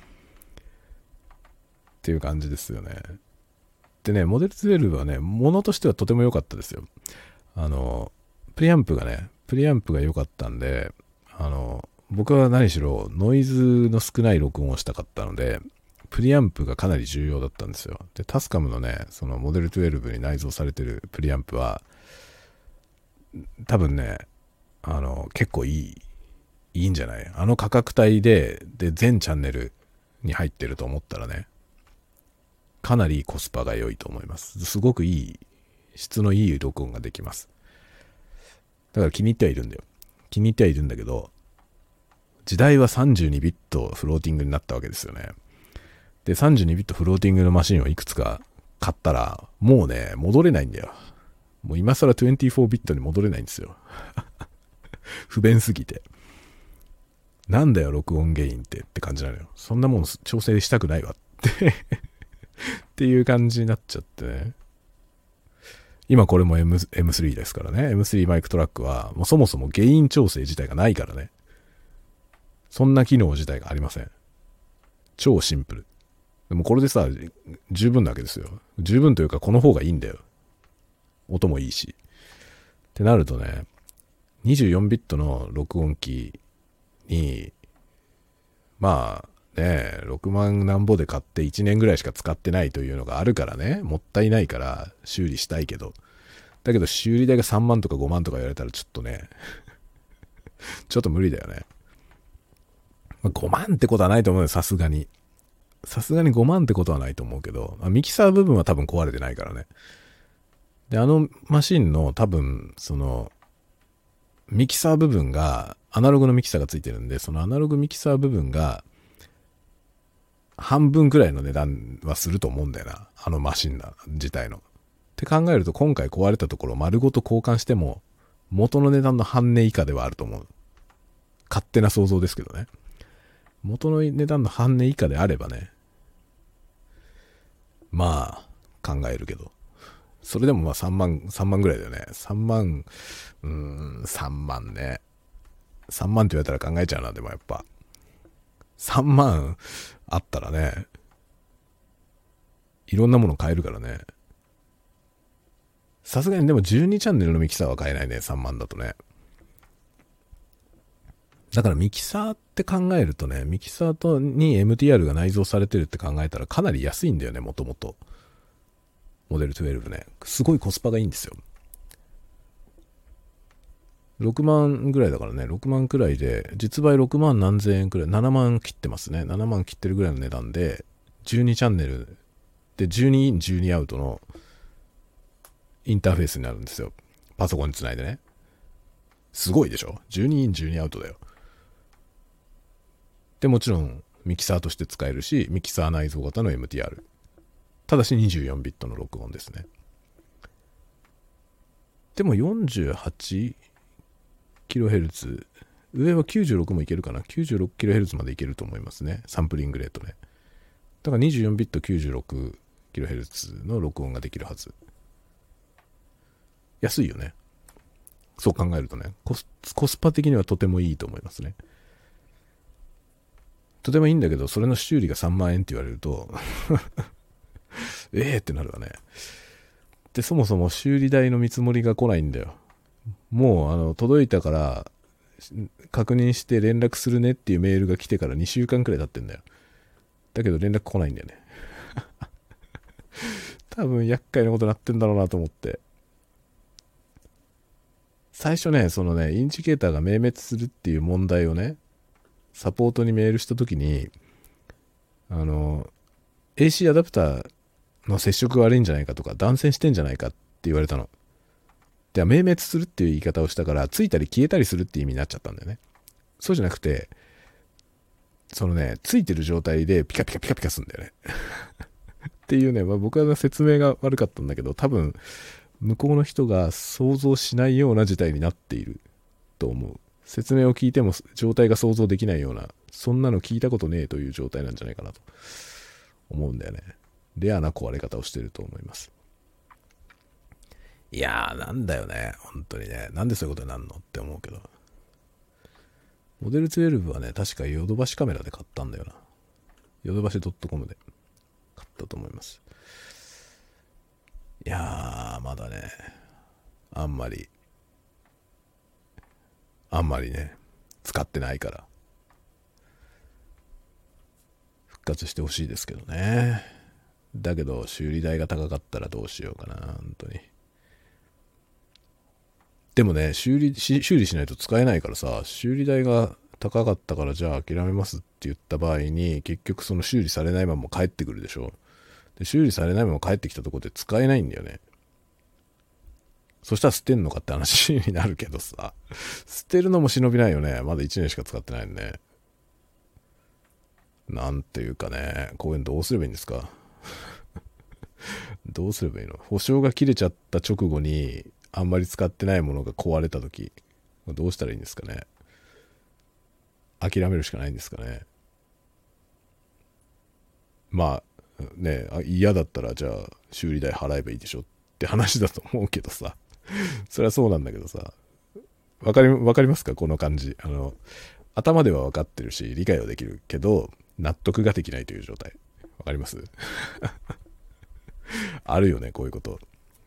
っていう感じですよね。でね、モデル12はね、ものとしてはとても良かったですよ。プリアンプが良かったんで、僕は何しろノイズの少ない録音をしたかったので、プリアンプがかなり重要だったんですよ。で、タスカムのね、そのモデル12に内蔵されてるプリアンプは、多分ね、結構いいんじゃない？あの価格帯で全チャンネルに入ってると思ったらね、かなりコスパが良いと思います。すごく質のいい録音ができます。だから気に入ってはいるんだよ。気に入ってはいるんだけど、時代は32ビットフローティングになったわけですよね。で、32ビットフローティングのマシンをいくつか買ったら、もうね、戻れないんだよ。もう今更24ビットに戻れないんですよ。不便すぎて。なんだよ、録音ゲインって感じなのよ。そんなもん調整したくないわっていう感じになっちゃってね。今これも M3 ですからね。M3 マイクトラックはもうそもそもゲイン調整自体がないからね。そんな機能自体がありません。超シンプル。でもこれでさ、十分なわけですよ。十分というかこの方がいいんだよ。音もいいし。ってなるとね、24ビットの録音機に、まあね、6万なんぼで買って1年ぐらいしか使ってないというのがあるからね、もったいないから修理したいけど。だけど修理代が3万とか5万とか言われたらちょっとね、ちょっと無理だよね。まあ、5万ってことはないと思うよ、さすがに。さすがに5万ってことはないと思うけど、ミキサー部分は多分壊れてないからね。で、あのマシンの多分、ミキサー部分が、アナログのミキサーがついてるんで、そのアナログミキサー部分が、半分くらいの値段はすると思うんだよな。あのマシン自体の。って考えると、今回壊れたところ丸ごと交換しても、元の値段の半値以下ではあると思う。勝手な想像ですけどね。元の値段の半値以下であればね、まあ、考えるけど。それでもまあ3万ぐらいだよね。3万ね。3万って言われたら考えちゃうな、でもやっぱ。3万あったらね、いろんなもの買えるからね。さすがにでも12チャンネルのミキサーは買えないね、3万だとね。だからミキサーって考えるとね、ミキサーに MTR が内蔵されてるって考えたらかなり安いんだよね、もともと。モデル12ね。すごいコスパがいいんですよ。6万ぐらいだからね、6万くらいで、実売6万何千円くらい、7万切ってますね。7万切ってるぐらいの値段で、12チャンネルで12イン12アウトのインターフェースになるんですよ。パソコンにつないでね。すごいでしょ？ 12 イン12アウトだよ。で、もちろんミキサーとして使えるし、ミキサー内蔵型の MTR。ただし24ビットの録音ですね。でも 48kHz、上は96もいけるかな。96kHz までいけると思いますね。サンプリングレートね。だから24ビット 96kHz の録音ができるはず。安いよね。そう考えるとね、コスパ的にはとてもいいと思いますね。とてもいいんだけど、それの修理が3万円って言われるとってなるわね。で、そもそも修理代の見積もりが来ないんだよ。もう届いたから確認して連絡するねっていうメールが来てから2週間くらい経ってんだよ。だけど連絡来ないんだよね。多分厄介なことになってんだろうなと思って。最初ね、そのね、インジケーターが明滅するっていう問題をね、サポートにメールしたときに、AC アダプターの接触が悪いんじゃないかとか、断線してんじゃないかって言われたの。で、明滅するっていう言い方をしたから、ついたり消えたりするっていう意味になっちゃったんだよね。そうじゃなくて、そのね、ついてる状態でピカピカピカピカするんだよね。っていうね、僕は説明が悪かったんだけど、多分、向こうの人が想像しないような事態になっていると思う。説明を聞いても状態が想像できないような、そんなの聞いたことねえという状態なんじゃないかなと思うんだよね。レアな壊れ方をしてると思います。いやー、なんだよね、本当にね。なんでそういうことになるのって思うけど。モデル12はね、確かヨドバシカメラで買ったんだよな。ヨドバシ .com で買ったと思います。いやー、まだね、あんまりね、使ってないから、復活してほしいですけどね。だけど、修理代が高かったらどうしようかな、本当に。でもね、修理しないと使えないからさ、修理代が高かったからじゃあ諦めますって言った場合に、結局その修理されないまま帰ってくるでしょ。で、修理されないまま帰ってきたところで使えないんだよね。そしたら捨てんのかって話になるけどさ、捨てるのも忍びないよね。まだ1年しか使ってないんでね。なんていうかね、こういうのどうすればいいんですか。どうすればいいの？保証が切れちゃった直後にあんまり使ってないものが壊れた時、どうしたらいいんですかね。諦めるしかないんですかね。まあね、嫌だったらじゃあ修理代払えばいいでしょって話だと思うけどさ。それはそうなんだけどさ、わかりますかこの感じ。頭では分かってるし理解はできるけど納得ができないという状態。わかりますあるよね、こういうこと。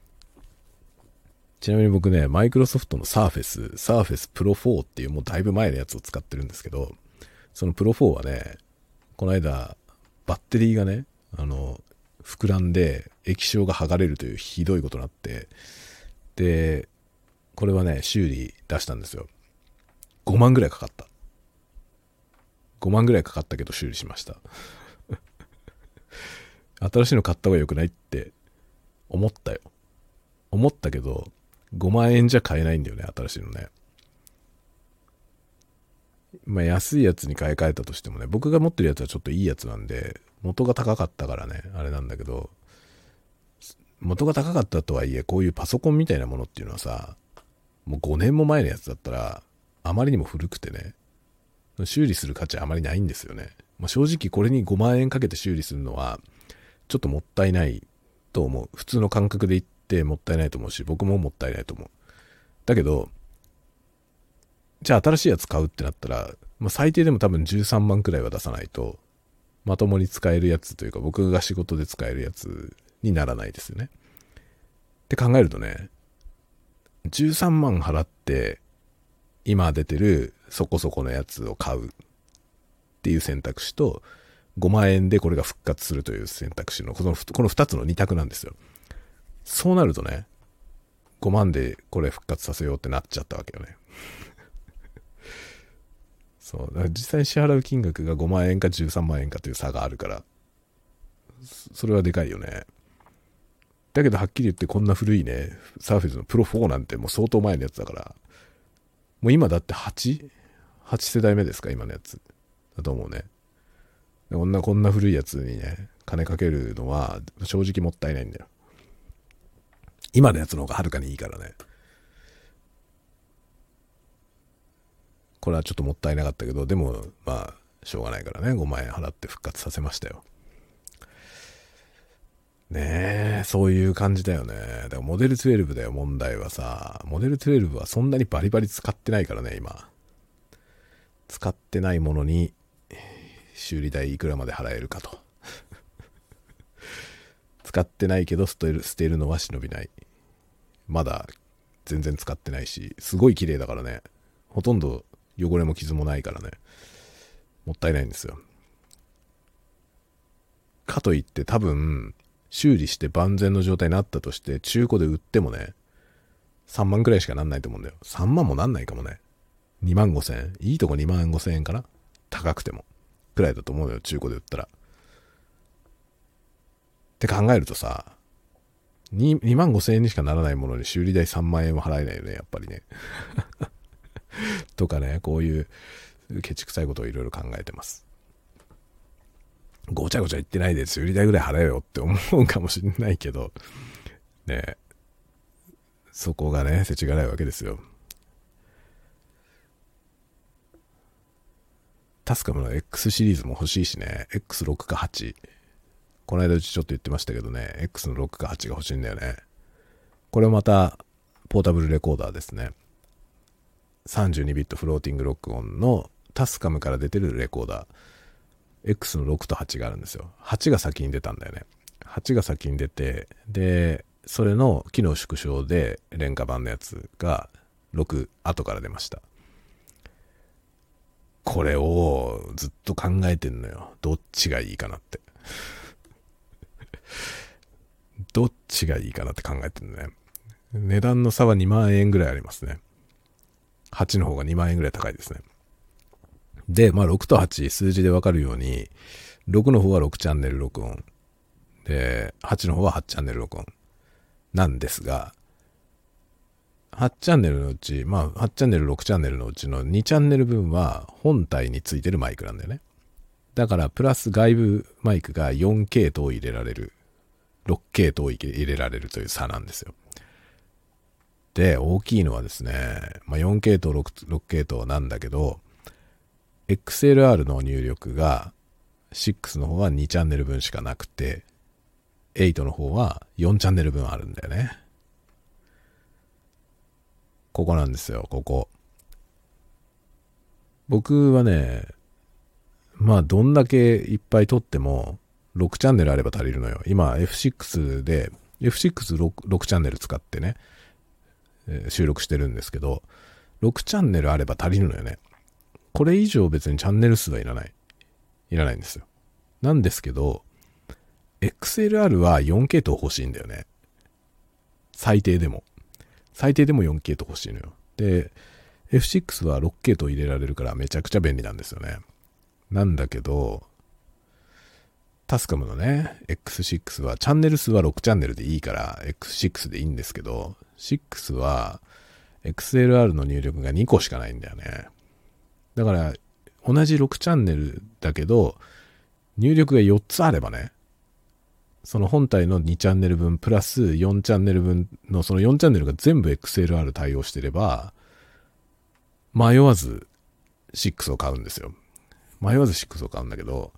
ちなみに僕ね、マイクロソフトのサーフェスプロ4っていうもうだいぶ前のやつを使ってるんですけど、そのプロ4はね、この間バッテリーがね、膨らんで液晶が剥がれるというひどいことになって、で、これはね、修理出したんですよ。5万ぐらいかかった。5万ぐらいかかったけど修理しました。新しいの買った方が良くないって思ったよ。思ったけど、5万円じゃ買えないんだよね、新しいのね。まあ安いやつに買い替えたとしてもね、僕が持ってるやつはちょっといいやつなんで、元が高かったからね、あれなんだけど、元が高かったとはいえ、こういうパソコンみたいなものっていうのはさ、もう5年も前のやつだったら、あまりにも古くてね、修理する価値はあまりないんですよね。まあ、正直これに5万円かけて修理するのは、ちょっともったいないと思う。普通の感覚で言ってもったいないと思うし、僕ももったいないと思う。だけど、じゃあ新しいやつ買うってなったら、まあ、最低でも多分13万くらいは出さないと、まともに使えるやつというか、僕が仕事で使えるやつにならないですよね。って考えるとね、13万払って、今出てるそこそこのやつを買うっていう選択肢と、5万円でこれが復活するという選択肢の、この2つの2択なんですよ。そうなるとね、5万でこれ復活させようってなっちゃったわけよね。そう。だから実際に支払う金額が5万円か13万円かという差があるから、それはでかいよね。 だけどはっきり言ってこんな古いね、サーフェスのプロ4なんてもう相当前のやつだから、もう今だって 8 世代目ですか、今のやつ。だと思うね。こんな古いやつにね、金かけるのは正直もったいないんだよ。今のやつの方がはるかにいいからね。これはちょっともったいなかったけど、でもまあしょうがないからね、5万円払って復活させましたよ。ねえ、そういう感じだよね。だからモデル12だよ、問題はさ。モデル12はそんなにバリバリ使ってないからね、今。使ってないものに修理代いくらまで払えるかと。使ってないけど捨てるのは忍びない。まだ全然使ってないし、すごい綺麗だからね。ほとんど汚れも傷もないからね。もったいないんですよ。かといって多分、修理して万全の状態になったとして、中古で売ってもね、3万くらいしかなんないと思うんだよ。3万もなんないかもね。2万5千円。いいとこ2万5千円かな、高くても。くらいだと思うよ、中古で売ったら。って考えるとさ、2万5千円にしかならないものに修理代3万円は払えないよね、やっぱりね。とかね、こういうケチくさいことをいろいろ考えてます。ごちゃごちゃ言ってないで修理代ぐらい払えよって思うかもしれないけど、ね、そこがね、世知辛いわけですよ。タスカムの X シリーズも欲しいしね、X6 か8。この間うちちょっと言ってましたけどね、X の6か8が欲しいんだよね。これまたポータブルレコーダーですね。32ビットフローティング録音のタスカムから出てるレコーダー。X の6と8があるんですよ。8が先に出たんだよね。8が先に出て、で、それの機能縮小で廉価版のやつが6後から出ました。これをずっと考えてんのよ。どっちがいいかなって。どっちがいいかなって考えてんのね。値段の差は2万円ぐらいありますね。8の方が2万円ぐらい高いですね。で、まあ6と8数字でわかるように、6の方は6チャンネル録音。で、8の方は8チャンネル録音。なんですが、8チャンネルのうち、まあ8チャンネル、6チャンネルのうちの2チャンネル分は本体についてるマイクなんだよね。だからプラス外部マイクが 4K と入れられる。6K と入れられるという差なんですよ。で、大きいのはですね、まあ、4K と 6K となんだけど、XLR の入力が6の方は2チャンネル分しかなくて、8の方は4チャンネル分あるんだよね。ここなんですよ、ここ。僕はね、まあどんだけいっぱい撮っても6チャンネルあれば足りるのよ。今 F6 で F6 チャンネル使ってね、収録してるんですけど、6チャンネルあれば足りるのよね。これ以上別にチャンネル数はいらない。いらないんですよ。なんですけど、XLR は 4K と欲しいんだよね。最低でも 4K と欲しいのよ。で、F6 は 6K と入れられるからめちゃくちゃ便利なんですよね。なんだけど、タスカムのね、X6 はチャンネル数は6チャンネルでいいから X6 でいいんですけど、6は XLR の入力が2個しかないんだよね。だから同じ6チャンネルだけど入力が4つあればね、その本体の2チャンネル分プラス4チャンネル分のその4チャンネルが全部 XLR 対応してれば迷わず6を買うんですよ。迷わず6を買うんだけど、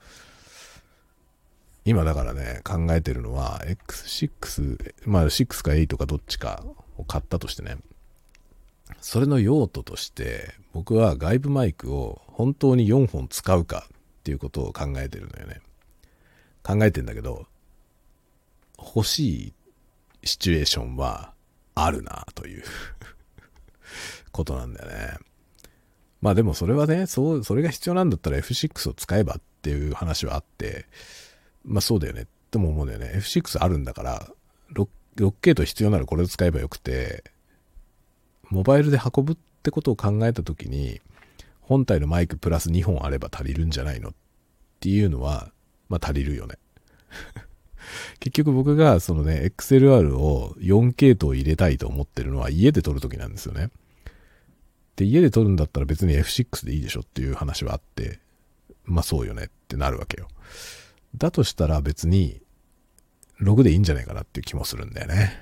今だからね考えてるのは X6、まあ6か8かどっちかを買ったとしてね、それの用途として僕は外部マイクを本当に4本使うかっていうことを考えてるのよね。考えてんだけど、欲しいシチュエーションはあるなということなんだよね。まあでもそれはね、それが必要なんだったら F6 を使えばっていう話はあって、まあそうだよねとも思うんだよね。F6 あるんだから 6K と必要ならこれを使えばよくて、モバイルで運ぶってことを考えたときに本体のマイクプラス2本あれば足りるんじゃないのっていうのはまあ足りるよね結局僕がそのね、XLR を 4K と入れたいと思ってるのは家で撮るときなんですよね。で、家で撮るんだったら別に F6 でいいでしょっていう話はあって、まあそうよねってなるわけよ。だとしたら別に6でいいんじゃないかなっていう気もするんだよね。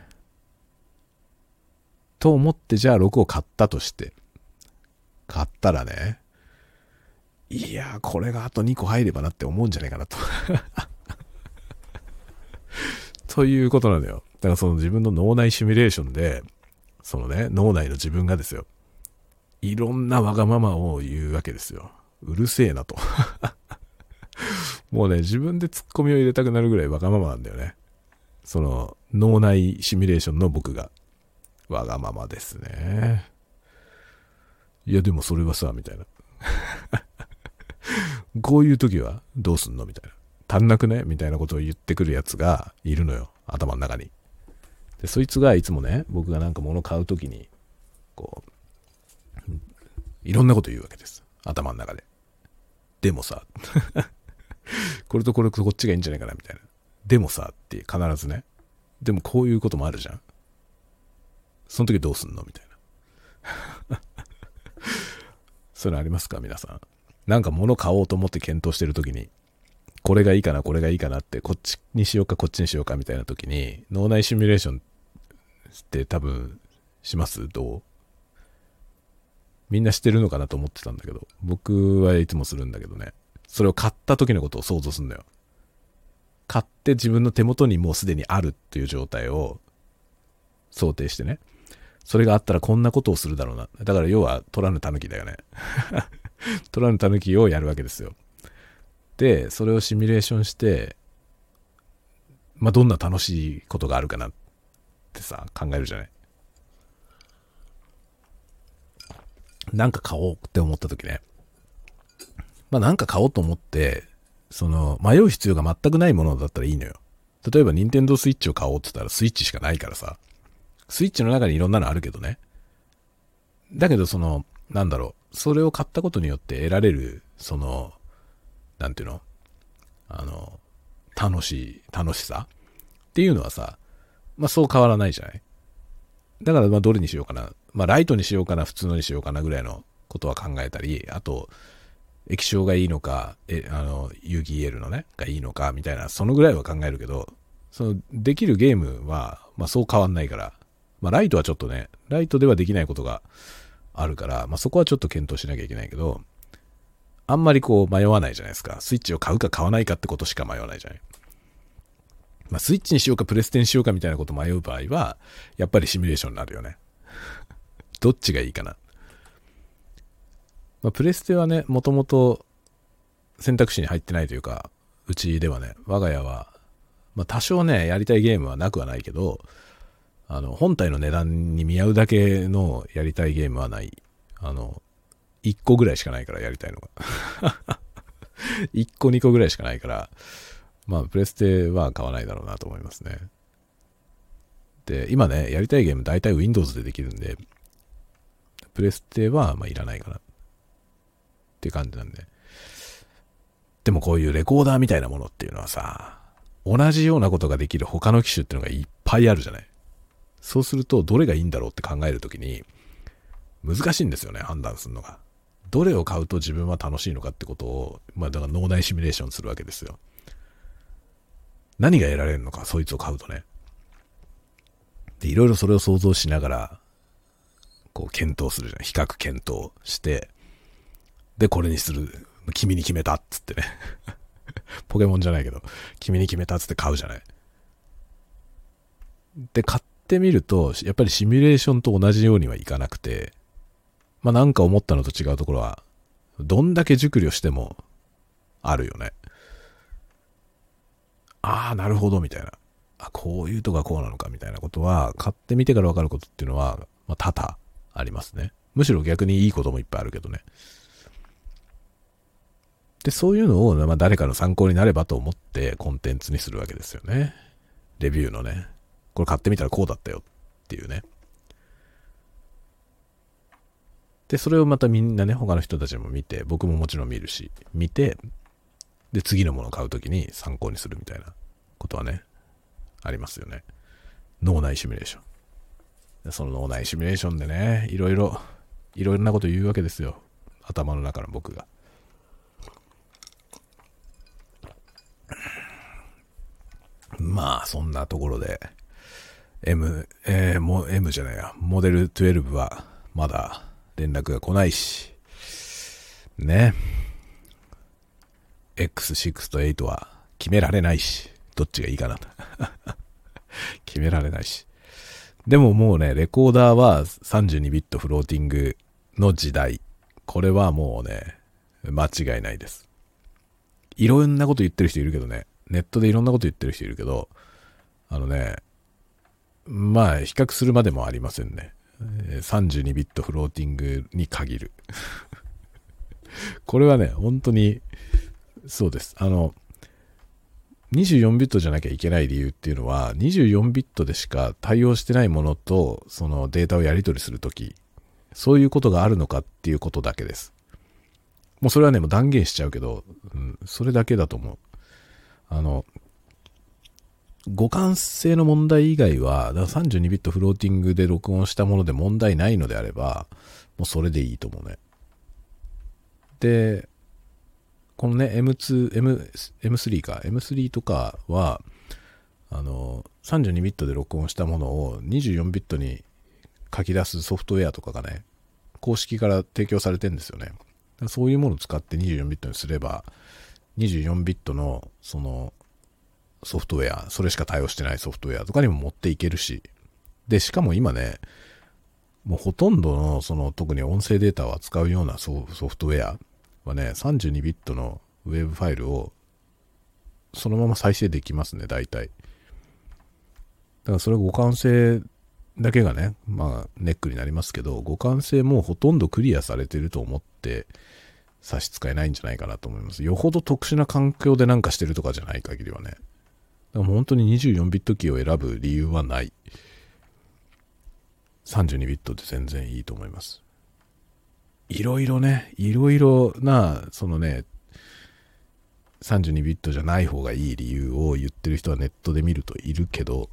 と思ってじゃあ6を買ったとして、買ったらね、いやーこれがあと2個入ればなって思うんじゃないかなと。ということなんだよ。だからその自分の脳内シミュレーションで、そのね、脳内の自分がですよ、いろんなわがままを言うわけですよ。うるせえなと。もうね、自分でツッコミを入れたくなるぐらいわがままなんだよね。その脳内シミュレーションの僕がわがままですね。いやでもそれはさ、みたいな。こういう時はどうすんのみたいな。足んなくねみたいなことを言ってくるやつがいるのよ。頭の中に。で、そいつがいつもね、僕がなんか物買う時に、こう、いろんなこと言うわけです。頭の中で。でもさ、これとこれとこっちがいいんじゃないかなみたいな。でもさって必ずね。でもこういうこともあるじゃん。その時どうすんのみたいな。そういうのありますか皆さん。なんか物買おうと思って検討してる時に、これがいいかな、これがいいかなって、こっちにしようか、こっちにしようかみたいな時に、脳内シミュレーションって多分しますどうみんなしてるのかなと思ってたんだけど、僕はいつもするんだけどね。それを買った時のことを想像するんだよ。買って自分の手元にもうすでにあるっていう状態を想定してね。それがあったらこんなことをするだろうな。だから要は取らぬ狸だよね。取らぬ狸をやるわけですよ。で、それをシミュレーションして、まあ、どんな楽しいことがあるかなってさ、考えるじゃない。なんか買おうって思った時ね。まあ、なんか買おうと思って、その、迷う必要が全くないものだったらいいのよ。例えば、ニンテンドースイッチを買おうって言ったらスイッチしかないからさ。スイッチの中にいろんなのあるけどね。だけど、その、なんだろう。それを買ったことによって得られる、その、なんていうの楽しさっていうのはさ、まあそう変わらないじゃない。だからまあどれにしようかな。まあライトにしようかな、普通のにしようかなぐらいのことは考えたり、あと、液晶がいいのか、有機 EL のね、がいいのかみたいな、そのぐらいは考えるけど、そのできるゲームは、まあそう変わんないから、まあライトはちょっとね、ライトではできないことがあるから、まあそこはちょっと検討しなきゃいけないけど、あんまりこう迷わないじゃないですか。スイッチを買うか買わないかってことしか迷わないじゃない。まあスイッチにしようかプレステにしようかみたいなこと迷う場合は、やっぱりシミュレーションになるよね。どっちがいいかな。まあプレステはね、もともと選択肢に入ってないというか、うちではね、我が家は、まあ多少ね、やりたいゲームはなくはないけど、本体の値段に見合うだけのやりたいゲームはない。1個ぐらいしかないからやりたいのが。1個2個ぐらいしかないから、まあプレステは買わないだろうなと思いますね。で、今ね、やりたいゲーム大体 Windows でできるんで、プレステはまあいらないかなっていう感じなんで。でもこういうレコーダーみたいなものっていうのはさ、同じようなことができる他の機種っていうのがいっぱいあるじゃない。そうするとどれがいいんだろうって考えるときに難しいんですよね、判断するのが。どれを買うと自分は楽しいのかってことを、まあだから脳内シミュレーションするわけですよ。何が得られるのか、そいつを買うとね。で、いろいろそれを想像しながら、こう検討するじゃん。比較検討して、で、これにする。君に決めたっつってね。ポケモンじゃないけど、君に決めたっつって買うじゃない。で、買ってみると、やっぱりシミュレーションと同じようにはいかなくて、まあなんか思ったのと違うところは、どんだけ熟慮してもあるよね。ああ、なるほど、みたいな。あ、こういうとかこうなのか、みたいなことは、買ってみてから分かることっていうのは、まあ多々ありますね。むしろ逆にいいこともいっぱいあるけどね。で、そういうのを、まあ誰かの参考になればと思ってコンテンツにするわけですよね。レビューのね。これ買ってみたらこうだったよっていうね。で、それをまたみんなね、他の人たちも見て、僕ももちろん見るし、見て、で、次のものを買うときに参考にするみたいなことはね、 ありますよね。脳内シミュレーション。その脳内シミュレーションでね、いろんなこと言うわけですよ。頭の中の僕が。まあ、そんなところで、M じゃないや、モデル12はまだ連絡が来ないし、ね。X6 と8は決められないし、どっちがいいかなと。決められないし。でももうね、レコーダーは32ビットフローティングの時代。これはもうね、間違いないです。いろんなこと言ってる人いるけどね、ネットでいろんなこと言ってる人いるけど、まあ、比較するまでもありませんね。32ビットフローティングに限る。これはね、本当に、そうです。24ビットじゃなきゃいけない理由っていうのは、24ビットでしか対応してないものと、そのデータをやり取りするとき、そういうことがあるのかっていうことだけです。もうそれはね、もう断言しちゃうけど、それだけだと思う。互換性の問題以外は、だから32ビットフローティングで録音したもので問題ないのであれば、もうそれでいいと思うね。で、このね、M3 か、M3 とかは、32ビットで録音したものを24ビットに書き出すソフトウェアとかがね、公式から提供されてるんですよね。そういうものを使って24ビットにすれば、24ビットのそのソフトウェア、それしか対応してないソフトウェアとかにも持っていけるし、で、しかも今ね、もうほとんどのその特に音声データを扱うようなソフトウェアはね、32ビットのウェブファイルをそのまま再生できますね、大体。だからそれ互換性だけがね、まあネックになりますけど、互換性もほとんどクリアされてると思って差し支えないんじゃないかなと思います。よほど特殊な環境でなんかしてるとかじゃない限りはね。だからもう本当に24ビットキーを選ぶ理由はない。32ビットで全然いいと思います。いろいろな、そのね、32ビットじゃない方がいい理由を言ってる人はネットで見るといるけど、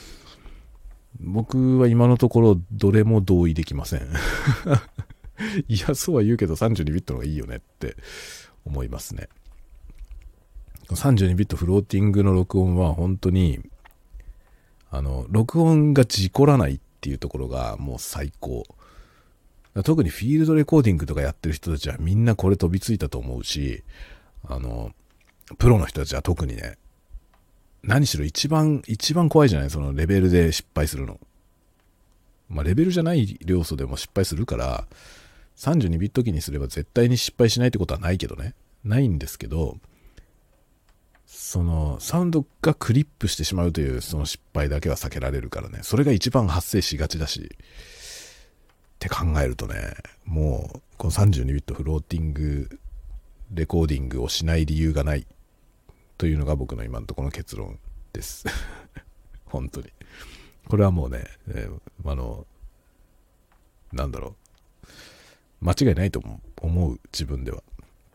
僕は今のところどれも同意できません。いや、そうは言うけど32ビットの方がいいよねって思いますね。32ビットフローティングの録音は本当に、録音が事故らないっていうところがもう最高。特にフィールドレコーディングとかやってる人たちはみんなこれ飛びついたと思うし、プロの人たちは特にね、何しろ一番怖いじゃない、そのレベルで失敗するの。まあレベルじゃない要素でも失敗するから、32ビット機にすれば絶対に失敗しないってことはないけどね。ないんですけど、そのサウンドがクリップしてしまうというその失敗だけは避けられるからね。それが一番発生しがちだし、って考えるとね、もうこの32ビットフローティングレコーディングをしない理由がないというのが僕の今のところの結論です。本当に。これはもうね、なんだろう。間違いないと思う、自分では。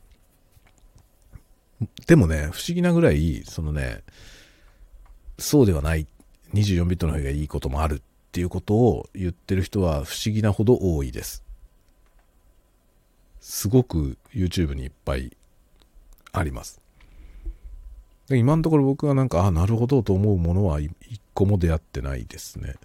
でもね、不思議なぐらい、そのね、そうではない、24ビットの方がいいこともあるっていうことを言ってる人は不思議なほど多いです。すごく YouTube にいっぱいあります。で今のところ僕はなんか、なるほどと思うものは一個も出会ってないですね。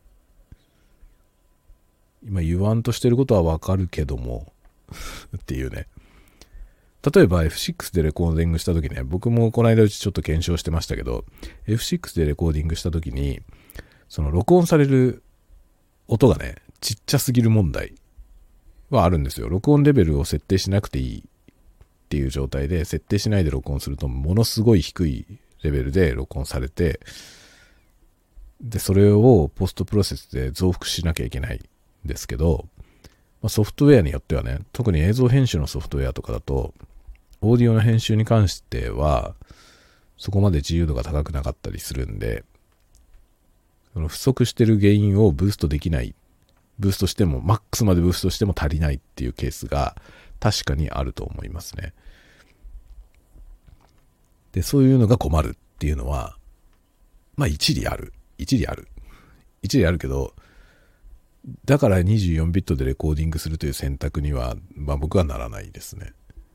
今言わんとしてることはわかるけどもっていうね。例えば F6 でレコーディングした時ね、僕もこの間うちちょっと検証してましたけど、F6 でレコーディングした時に、その録音される音がね、ちっちゃすぎる問題はあるんですよ。録音レベルを設定しなくていいっていう状態で、設定しないで録音するとものすごい低いレベルで録音されて、で、それをポストプロセスで増幅しなきゃいけないんですけど、ソフトウェアによってはね、特に映像編集のソフトウェアとかだと、オーディオの編集に関しては、そこまで自由度が高くなかったりするんで、その不足してる原因をブーストできない。ブーストしても、マックスまでブーストしても足りないっていうケースが確かにあると思いますね。で、そういうのが困るっていうのは、 まあ一理あるけど、だから24ビットでレコーディングするという選択には、まあ僕はならないですね。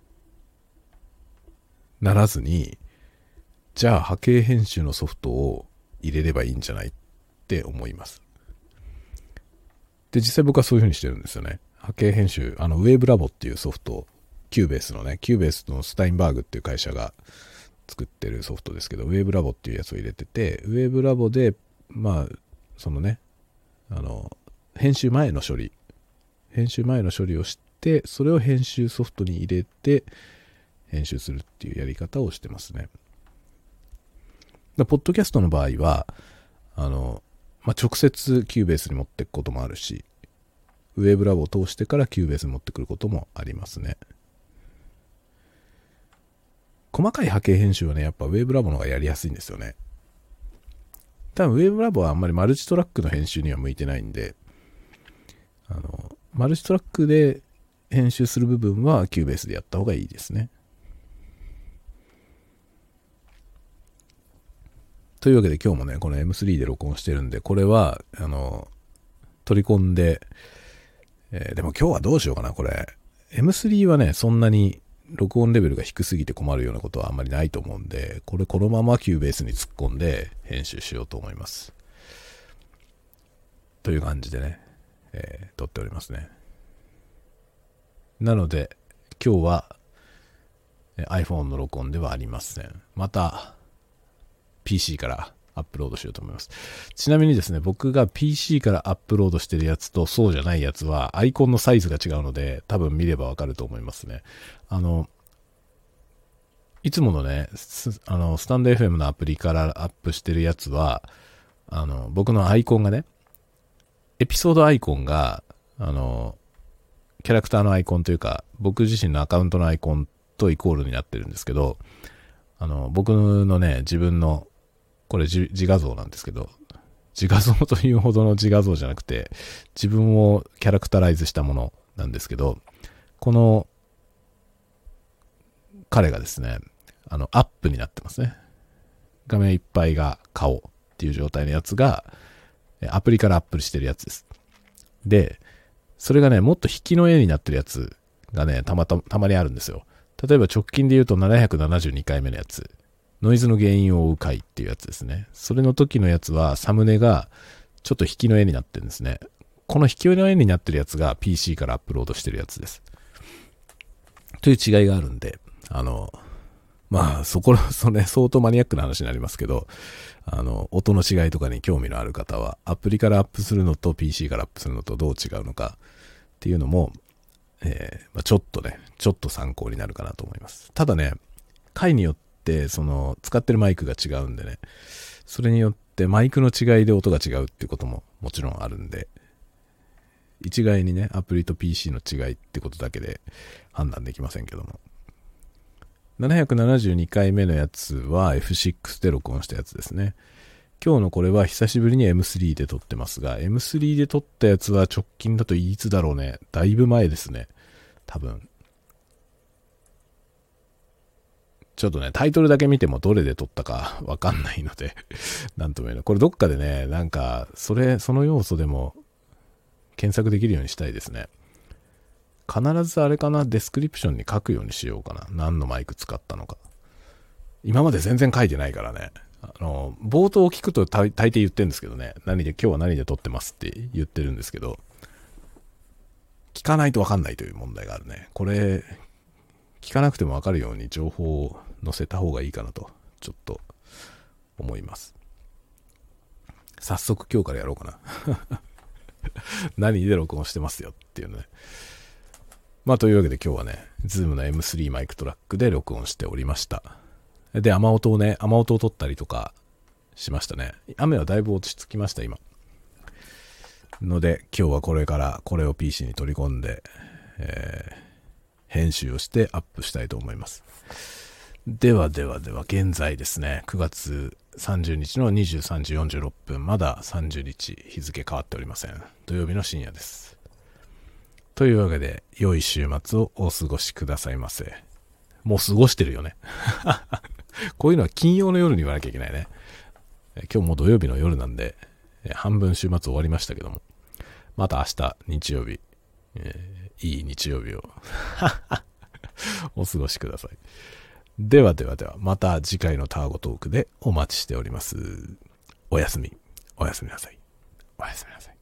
ならずに、じゃあ波形編集のソフトを入れればいいんじゃないって思います。で、実際僕はそういう風にしてるんですよね。波形編集、ウェーブラボっていうソフト、キューベースのスタインバーグっていう会社が作ってるソフトですけど、ウェーブラボっていうやつを入れてて、ウェーブラボで、まあ、そのね、編集前の処理をして、それを編集ソフトに入れて、編集するっていうやり方をしてますね。ポッドキャストの場合は、直接キューベースに持っていくこともあるし、ウェーブラボを通してからキューベースに持ってくることもありますね。細かい波形編集はね、やっぱウェーブラボの方がやりやすいんですよね。多分ウェーブラボはあんまりマルチトラックの編集には向いてないんで、マルチトラックで編集する部分はキューベースでやった方がいいですね。というわけで今日もね、この M3 で録音してるんで、これは、取り込んで、でも今日はどうしようかな、これ。M3 はね、そんなに録音レベルが低すぎて困るようなことはあんまりないと思うんで、このままキューベースに突っ込んで編集しようと思います。という感じでね、撮っておりますね。なので、今日は iPhone の録音ではありません。また、PC からアップロードしようと思います。ちなみにですね、僕が PC からアップロードしてるやつとそうじゃないやつはアイコンのサイズが違うので、多分見ればわかると思いますね。いつものね、スタンド FM のアプリからアップしてるやつは、僕のアイコンがね、エピソードアイコンが、キャラクターのアイコンというか、僕自身のアカウントのアイコンとイコールになってるんですけど、僕のね、自分のこれ自画像なんですけど、自画像というほどの自画像じゃなくて、自分をキャラクタライズしたものなんですけど、この彼がですね、アップになってますね。画面いっぱいが顔っていう状態のやつが、アプリからアップしてるやつです。で、それがね、もっと引きの絵になってるやつがね、たまにあるんですよ。例えば直近で言うと772回目のやつ。ノイズの原因を追う回っていうやつですね。それの時のやつはサムネがちょっと引きの絵になってるんですね。この引きの絵になってるやつが PC からアップロードしてるやつです。という違いがあるんで、まあ、それ相当マニアックな話になりますけど、音の違いとかに興味のある方は、アプリからアップするのと PC からアップするのとどう違うのかっていうのも、ちょっと参考になるかなと思います。ただね、回によって、使ってるマイクが違うんでね、それによってマイクの違いで音が違うっていうことももちろんあるんで、一概にね、アプリと PC の違いってことだけで判断できませんけども。772回目のやつは F6 で録音したやつですね。今日のこれは久しぶりに M3 で撮ってますが、M3 で撮ったやつは直近だといつだろうね。だいぶ前ですね。多分。ちょっとね、タイトルだけ見てもどれで撮ったかわかんないので、なんとも言えない。これどっかでね、なんか、その要素でも検索できるようにしたいですね。必ずあれかな、デスクリプションに書くようにしようかな。何のマイク使ったのか。今まで全然書いてないからね。冒頭を聞くと大抵言ってるんですけどね。今日は何で撮ってますって言ってるんですけど、聞かないとわかんないという問題があるね。これ、聞かなくてもわかるように情報を載せた方がいいかなと、ちょっと思います。早速今日からやろうかな。何で録音してますよっていうね。まあというわけで今日はね、Zoom の M3 マイクトラックで録音しておりました。で、雨音を取ったりとかしましたね。雨はだいぶ落ち着きました、今。ので、今日はこれからこれを PC に取り込んで、編集をしてアップしたいと思います。では、現在ですね、9月30日の23時46分、まだ30日日付変わっておりません。土曜日の深夜です。というわけで、良い週末をお過ごしくださいませ。もう過ごしてるよね。こういうのは金曜の夜に言わなきゃいけないね。 今日も土曜日の夜なんで、半分週末終わりましたけども、また明日日曜日、いい日曜日をお過ごしください。では、また次回のタワゴトークでお待ちしております。おやすみなさい。おやすみなさい。